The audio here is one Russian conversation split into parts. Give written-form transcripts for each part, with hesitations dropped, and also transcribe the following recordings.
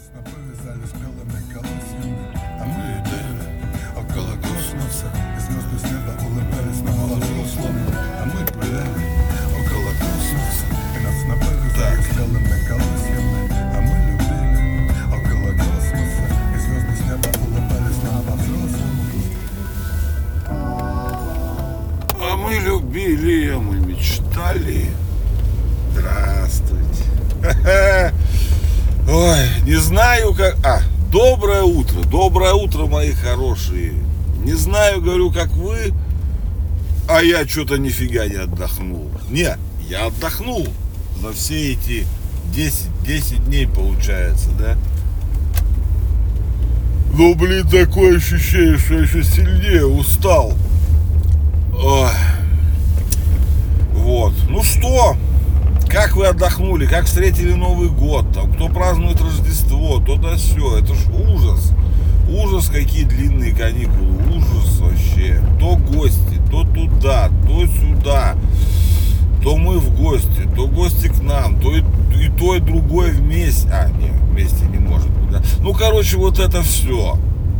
снопы вязались белыми колосьями, а мы летели около космоса, и звезды с неба улыбались нам малорослым, а мы гуляли около космоса, и нас снопы вязались белыми колосьями, а мы любили около космоса, и звезды с неба улыбались нам по-взрослому. А мы любили, а мы мечтали. Здравствуйте. Ой, не знаю как... доброе утро, мои хорошие. Не знаю, говорю, как вы, а я что-то нифига не отдохнул. Не, я отдохнул за все эти 10 дней, получается, да? Но, блин, такое ощущение, что я еще сильнее устал. Ой. Вот, ну что, как вы отдохнули, как встретили Новый год, там, кто празднует Рождество, то да все, это ж ужас. Ужас, какие длинные каникулы, ужас вообще. То гости, то туда, то сюда, то мы в гости, то гости к нам, то и другое вместе. Не, вместе не может быть, да? Ну, короче, вот это все.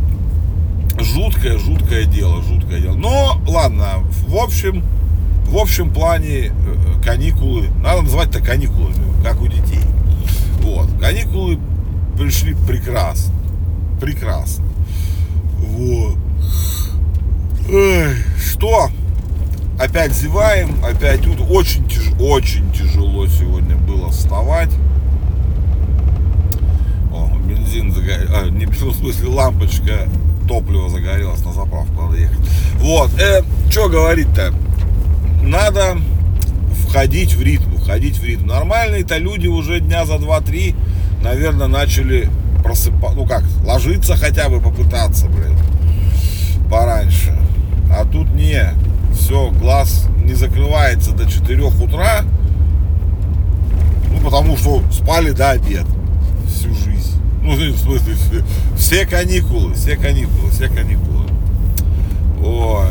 Жуткое дело. Но, ладно, в общем плане каникулы, надо называть-то каникулами, как у детей. Вот, каникулы пришли прекрасно. Вот. Ой, что? Опять зеваем, опять очень тяжело сегодня было вставать. О, бензин загорелся, не в смысле лампочка топлива загорелась, на заправку надо ехать. Вот, что говорить-то? Надо входить в ритм. Нормальные-то люди уже дня за 2-3, наверное, начали просыпаться, ложиться хотя бы попытаться, блин, пораньше. А тут все, глаз не закрывается до 4 утра, потому что спали до обеда всю жизнь. Ну, в смысле, все каникулы. Ой.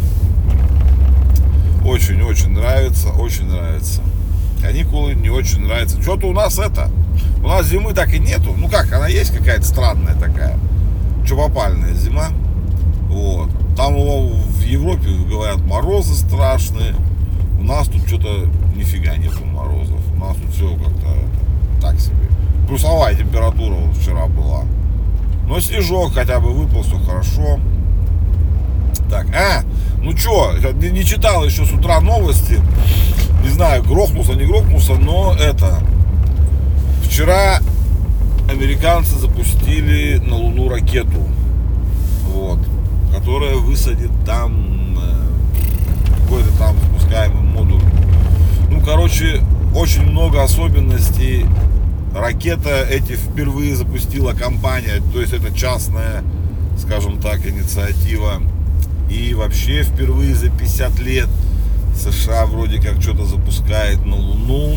Очень нравится. Каникулы не очень нравятся. Что-то у нас зимы так и нету. Ну как, она есть какая-то странная такая, чупопальная зима. Вот. Там в Европе, говорят, морозы страшные. У нас тут что-то нифига нету морозов. У нас тут все как-то так себе. Плюсовая температура вот вчера была. Но снежок хотя бы выпал, все хорошо. Так, ну что, не читал еще с утра новости. Не знаю, грохнулся, не грохнулся, но вчера американцы запустили на Луну ракету, вот, которая высадит там какой-то там спускаемый модуль. Ну, короче, очень много особенностей. Ракета эти впервые запустила компания, то есть это частная, скажем так, инициатива. И вообще впервые за 50 лет США вроде как что-то запускает на Луну.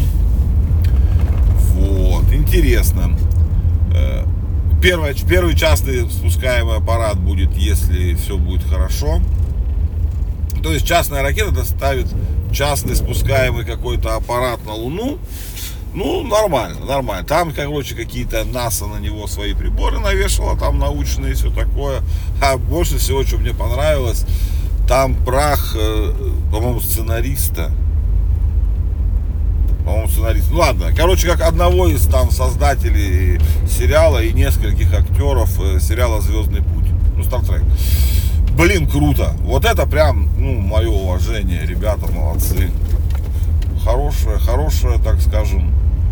Вот, интересно. Первый частный спускаемый аппарат будет, если все будет хорошо. То есть частная ракета доставит частный спускаемый какой-то аппарат на Луну. Ну, нормально. Там, короче, какие-то НАСА на него свои приборы навешало, там научные и все такое. А больше всего, что мне понравилось, там прах, по-моему, сценариста. Ну ладно, короче, как одного из там создателей сериала и нескольких актеров сериала «Звездный путь». Ну, Star Trek. Блин, круто. Вот это прям, мое уважение. Ребята молодцы. Хорошая, так скажем,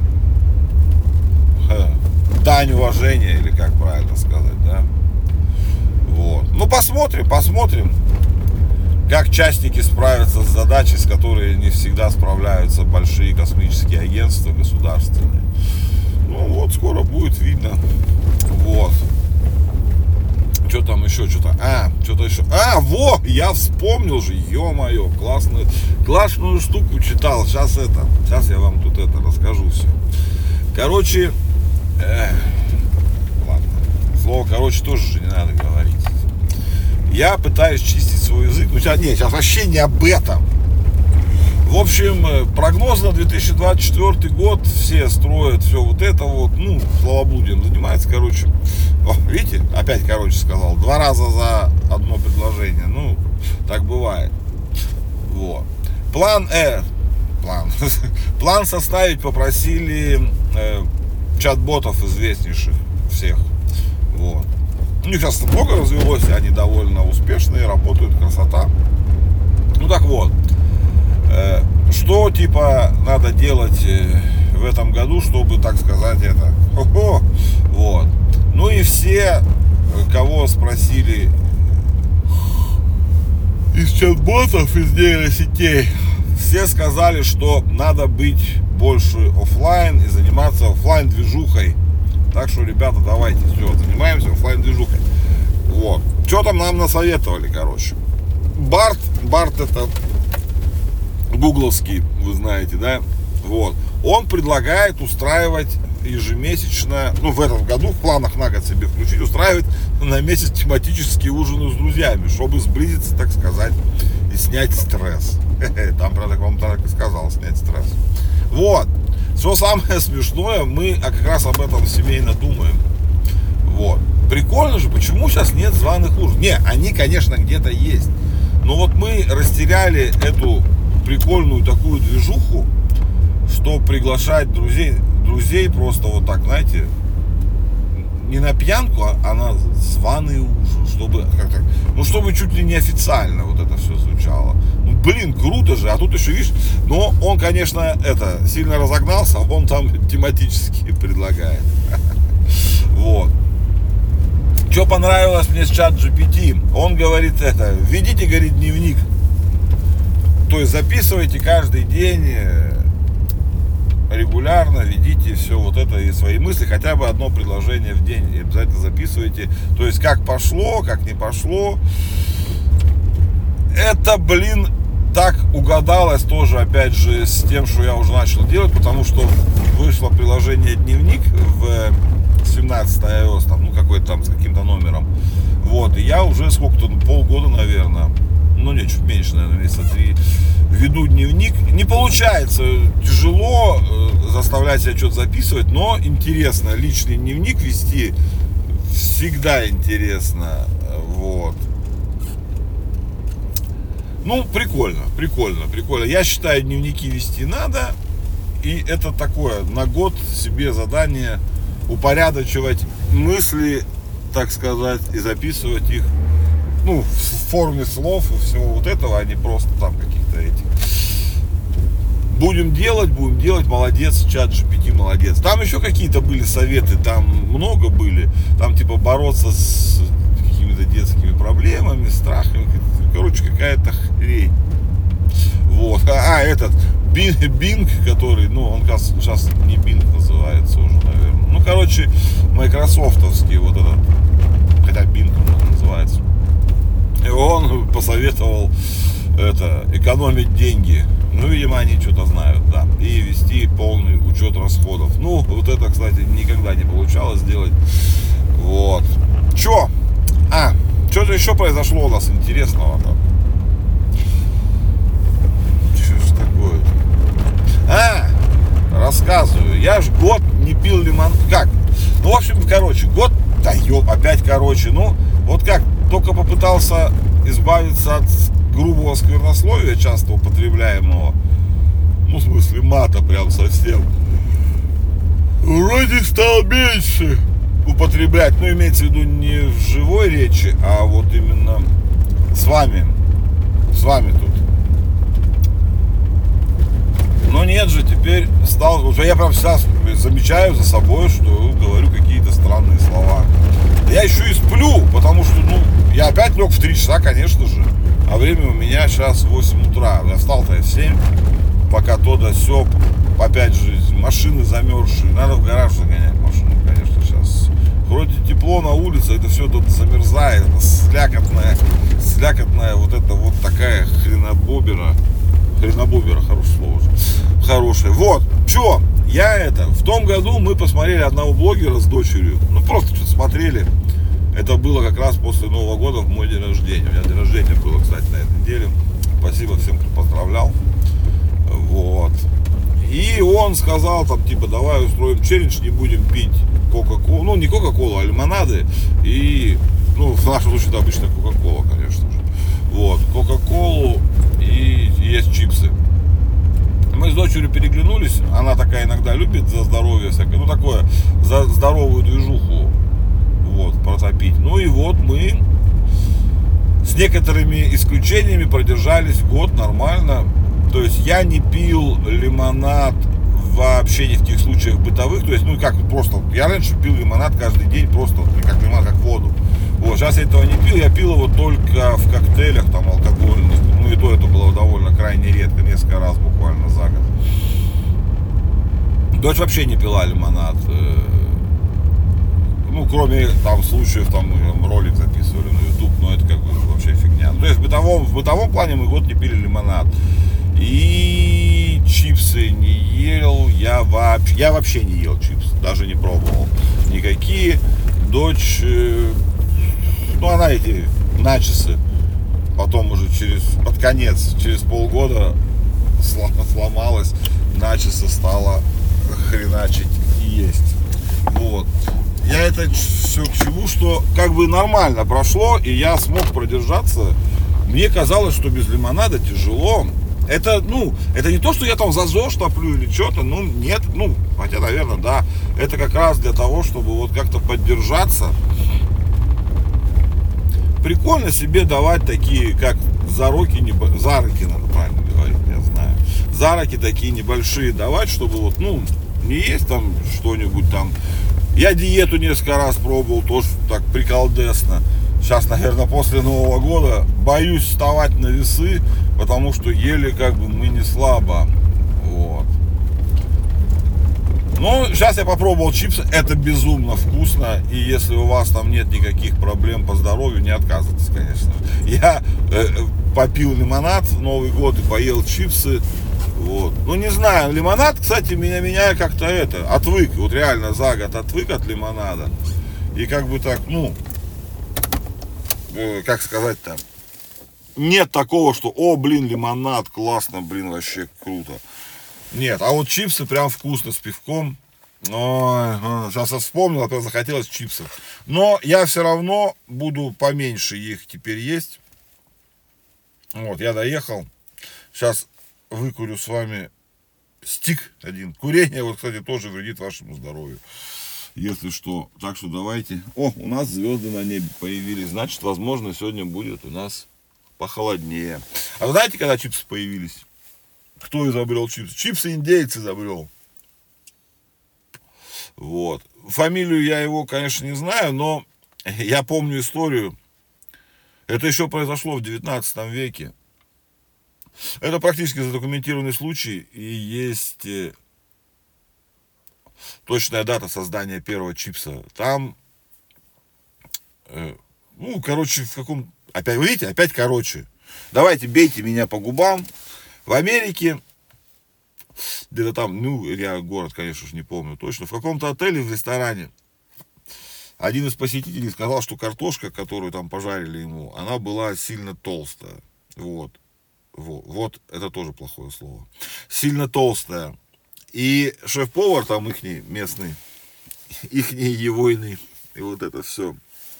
дань уважения, или как правильно сказать, да? Вот. Ну, посмотрим, как частники справятся с задачей, с которой не всегда справляются большие космические агентства государственные. Ну, вот, скоро будет видно. Вот. Что там еще, что-то еще. Я вспомнил же, ё-моё, классную штуку читал. Сейчас я вам тут расскажу все. Короче, ладно, слово короче тоже же не надо говорить. Я пытаюсь чистить свой язык. Сейчас вообще не об этом. В общем, прогноз на 2024 год, все строят все вот это вот, ну, словоблудием занимается, короче. О, видите, опять, короче, сказал, 2 раза за одно предложение, ну, так бывает. Вот. План составить попросили чат-ботов известнейших всех. Вот. У них сейчас много развелось, они довольно успешные, работают, красота. Ну так вот, что типа надо делать в этом году, чтобы, так сказать, это, вот. Ну и все, кого спросили из чат-ботов, из нейросетей, все сказали, что надо быть больше офлайн и заниматься офлайн движухой. Так что, ребята, давайте, все, занимаемся офлайн движухой. Вот. Что там нам насоветовали, короче. Барт это гугловский, вы знаете, да? Вот. Он предлагает устраивать ежемесячно, ну, в этом году, в планах на год себе включить, устраивать на месяц тематические ужины с друзьями, чтобы сблизиться, так сказать, и снять стресс. Там, правда, вам так и сказал, снять стресс. Вот. Все самое смешное, мы как раз об этом семейно думаем. Вот. Прикольно же, почему сейчас нет званых ужинов? Не, они, конечно, где-то есть. Но вот мы растеряли эту прикольную такую движуху, что приглашать друзей просто вот так, знаете, не на пьянку, а на званый ужин, чтобы как-то, ну, чтобы чуть ли не официально вот это все звучало. Ну, блин, круто же, а тут еще, видишь, но он, конечно, это, сильно разогнался, он там тематически предлагает. Вот. Что понравилось мне с чат GPT? Он говорит это, ведите, говорит, дневник. То есть записывайте каждый день, регулярно ведите все вот это и свои мысли, хотя бы одно предложение в день, и обязательно записывайте. То есть как пошло, как не пошло. Это, блин, так угадалось тоже, опять же, с тем, что я уже начал делать, потому что вышло приложение Дневник в 17 iOS, там, ну, какой-то там с каким-то номером. Вот, и я уже сколько-то, полгода, наверное, ну, не, чуть меньше, наверное, месяца 3, веду дневник. Не получается, тяжело заставлять себя что-то записывать, но интересно. Личный дневник вести всегда интересно. Вот. Ну, прикольно. Я считаю, дневники вести надо. И это такое, на год себе задание упорядочивать мысли, так сказать, и записывать их, ну, в форме слов и всего вот этого, а не просто там каких-то этих. Будем делать, молодец, чат GPT молодец. Там еще какие-то были советы, там много были. Там типа бороться с какими-то детскими проблемами, страхами. Короче, какая-то хрень. Вот. Этот Bing, который, ну, он сейчас не Bing называется уже, наверное. Ну, короче, майкрософтовский вот этот, хотя Bing он называется. И он посоветовал экономить деньги. Ну, видимо, они что-то знают, да. И вести полный учет расходов. Ну, вот это, кстати, никогда не получалось сделать. Вот. Что-то еще произошло у нас интересного-то. Что ж такое-то? Рассказываю. Я ж год не пил лимон. Как? Ну, в общем, короче, год. Да опять короче. Ну, вот как только попытался избавиться от грубого сквернословия, часто употребляемого, ну, в смысле мата прям совсем, вроде стал меньше употреблять, ну, имеется в виду не в живой речи, а вот именно с вами тут. Но нет же, теперь стал, уже я прям сейчас замечаю за собой, что говорю какие-то странные слова. Я еще и сплю, потому что, ну, я опять лег в 3 часа, конечно же, а время у меня сейчас 8 утра. Я встал-то я в 7, пока то да сё, опять же, машины замерзшие, надо в гараж загонять машину, конечно, сейчас. Вроде тепло на улице, это все тут замерзает, это слякотная вот это вот такая хренобобера, хорошее слово же, хорошее. Вот, что, в том году мы посмотрели одного блогера с дочерью, ну просто что-то смотрели. Это было как раз после Нового года, в мой день рождения. У меня день рождения было, кстати, на этой неделе. Спасибо всем, кто поздравлял. Вот. И он сказал, там, типа, давай устроим челлендж, не будем пить кока-колу. Ну, не кока-колу, а лимонады. И, ну, в нашем случае это обычно кока-кола, конечно же. Вот, кока-колу и есть чипсы. Мы с дочерью переглянулись. Она такая иногда любит за здоровье всякое. Ну, такое, за здоровую движуху. Вот, протопить. Ну, и вот мы с некоторыми исключениями продержались год нормально. То есть я не пил лимонад вообще ни в каких случаях бытовых. То есть, ну как, просто, я раньше пил лимонад каждый день, просто как лимонад, как воду. Вот, сейчас я этого не пил, я пил его только в коктейлях, там, алкогольных. Ну и то это было довольно крайне редко, несколько раз буквально за год. Дочь вообще не пила лимонад. Ну, кроме там случаев, там ролик записывали на YouTube, но это как бы вообще фигня. Ну, то есть в бытовом плане мы год не пили лимонад. И чипсы не ел, я вообще не ел чипсы, даже не пробовал никакие. Дочь, ну она эти начосы, потом уже под конец, через полгода сломалась, начосы стала хреначить и есть. Вот. Я это все к чему, что как бы нормально прошло, и я смог продержаться. Мне казалось, что без лимонада тяжело. Это, ну, это не то, что я там за ЗОЖ топлю или что-то, ну, нет, ну, хотя, наверное, да. Это как раз для того, чтобы вот как-то поддержаться. Прикольно себе давать такие, как зароки, надо правильно говорить, я знаю. Зароки такие небольшие давать, чтобы вот, ну, не есть там что-нибудь там. Я диету несколько раз пробовал, тоже так приколдесно. Сейчас, наверное, после Нового года боюсь вставать на весы, потому что ели как бы мы не слабо. Вот. Но сейчас я попробовал чипсы, это безумно вкусно. И если у вас там нет никаких проблем по здоровью, не отказывайтесь, конечно. Я попил лимонад в Новый год и поел чипсы. Вот. Ну не знаю, лимонад, кстати, меня как-то отвык. Вот реально за год отвык от лимонада. И как бы так, ну, как сказать-то, нет такого, что, о, блин, лимонад, классно, блин, вообще круто. Нет, а вот чипсы прям вкусно с пивком. Ой, сейчас я вспомнил, опять захотелось чипсов. Но я все равно буду поменьше их теперь есть. Вот, я доехал. Сейчас выкурю с вами стик один. Курение, вот, кстати, тоже вредит вашему здоровью. Если что. Так что давайте. О, у нас звезды на небе появились. Значит, возможно, сегодня будет у нас похолоднее. А вы знаете, когда чипсы появились? Кто изобрел чипсы? Чипсы индейцы изобрел. Вот. Фамилию я его, конечно, не знаю, но я помню историю. Это еще произошло в 19 веке. Это практически задокументированный случай. И есть точная дата создания первого чипса. Там, ну, короче, в каком... Опять, вы видите, опять короче. Давайте, бейте меня по губам. В Америке, где-то там, ну, я город, конечно же, не помню точно, в каком-то отеле, в ресторане, один из посетителей сказал, что картошка, которую там пожарили ему, она была сильно толстая. Вот. Вот, это тоже плохое слово. Сильно толстая. И шеф-повар там ихний местный, ихний егойный, и вот это все.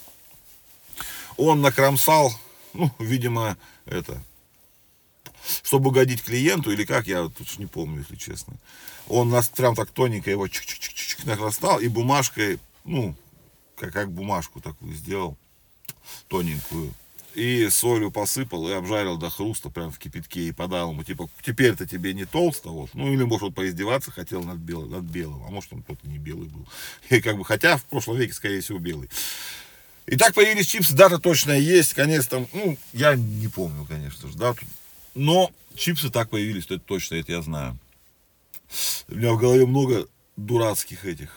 Он накромсал, ну, видимо, это, чтобы угодить клиенту, или как, я тут не помню, если честно. Он нас прям так тоненько его чик-чик-чик накростал и бумажкой, ну, как бумажку такую сделал, тоненькую. И солью посыпал и обжарил до хруста прям в кипятке и подал ему, типа, теперь-то тебе не толсто, вот. Ну, или, может, он поиздеваться хотел над белым, а может, он кто-то не белый был. И как бы, хотя в прошлом веке, скорее всего, белый. И так появились чипсы, дата точно есть, конец там, ну, я не помню, конечно же, дату. Но чипсы так появились, это точно, это я знаю. У меня в голове много дурацких этих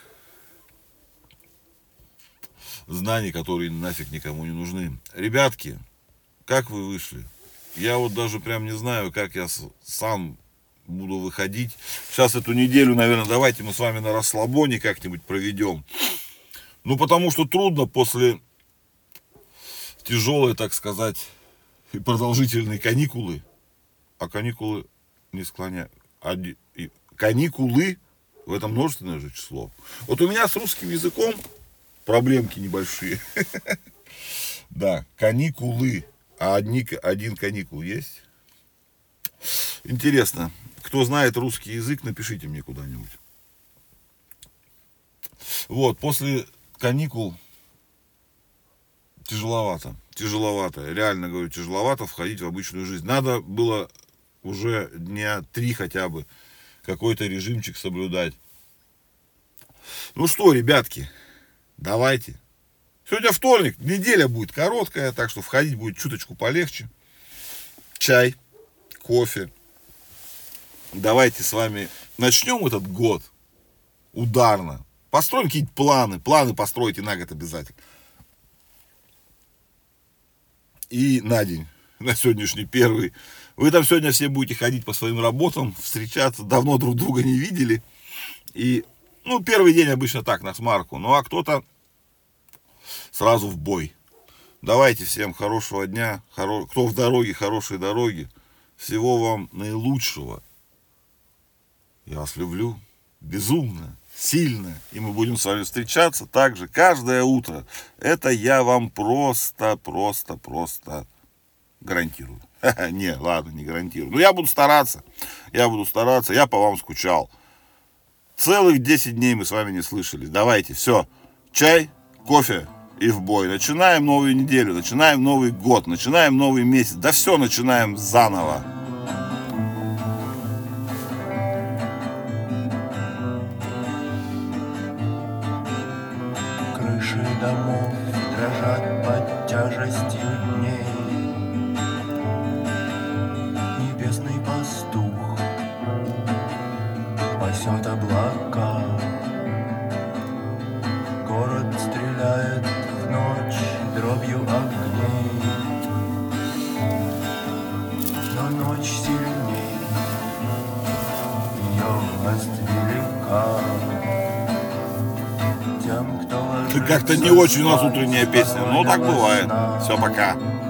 знаний, которые нафиг никому не нужны. Ребятки, как вы вышли? Я вот даже прям не знаю, как я сам буду выходить. Сейчас эту неделю, наверное, давайте мы с вами на расслабоне как-нибудь проведем. Ну, потому что трудно после тяжелой, так сказать, и продолжительной каникулы. А каникулы не склоняют. Каникулы, в этом множественное же число. Вот у меня с русским языком проблемки небольшие. Да, каникулы. А один каникул есть? Интересно. Кто знает русский язык, напишите мне куда-нибудь. Вот, после каникул тяжеловато. Тяжеловато. Реально говорю, тяжеловато входить в обычную жизнь. Надо было уже дня 3 хотя бы какой-то режимчик соблюдать. Ну что, ребятки, давайте. Сегодня вторник, неделя будет короткая, так что входить будет чуточку полегче. Чай, кофе. Давайте с вами начнем этот год ударно. Построим какие-то планы. Планы постройте на год обязательно. И на день, на сегодняшний первый. Вы там сегодня все будете ходить по своим работам, встречаться, давно друг друга не видели. И, ну, первый день обычно так, на смарку. Ну, а кто-то сразу в бой. Давайте всем хорошего дня. Кто в дороге, хорошей дороги. Всего вам наилучшего. Я вас люблю безумно, сильно. И мы будем с вами встречаться также каждое утро. Это я вам просто гарантирую. Не, ладно, не гарантирую. Но я буду стараться. Я по вам скучал. Целых 10 дней мы с вами не слышались. Давайте, все. Чай, кофе и в бой. Начинаем новую неделю, начинаем новый год, начинаем новый месяц. Да все начинаем заново. Крыши домов дрожат под тяжестью дней. Небесный пастух пасет облака. Город стреляет в ночь дробью огней. Но ночь сильней, ее власть велика. Тем, кто Как-то не очень у нас утренняя песня. Ну, так бывает. Все, пока.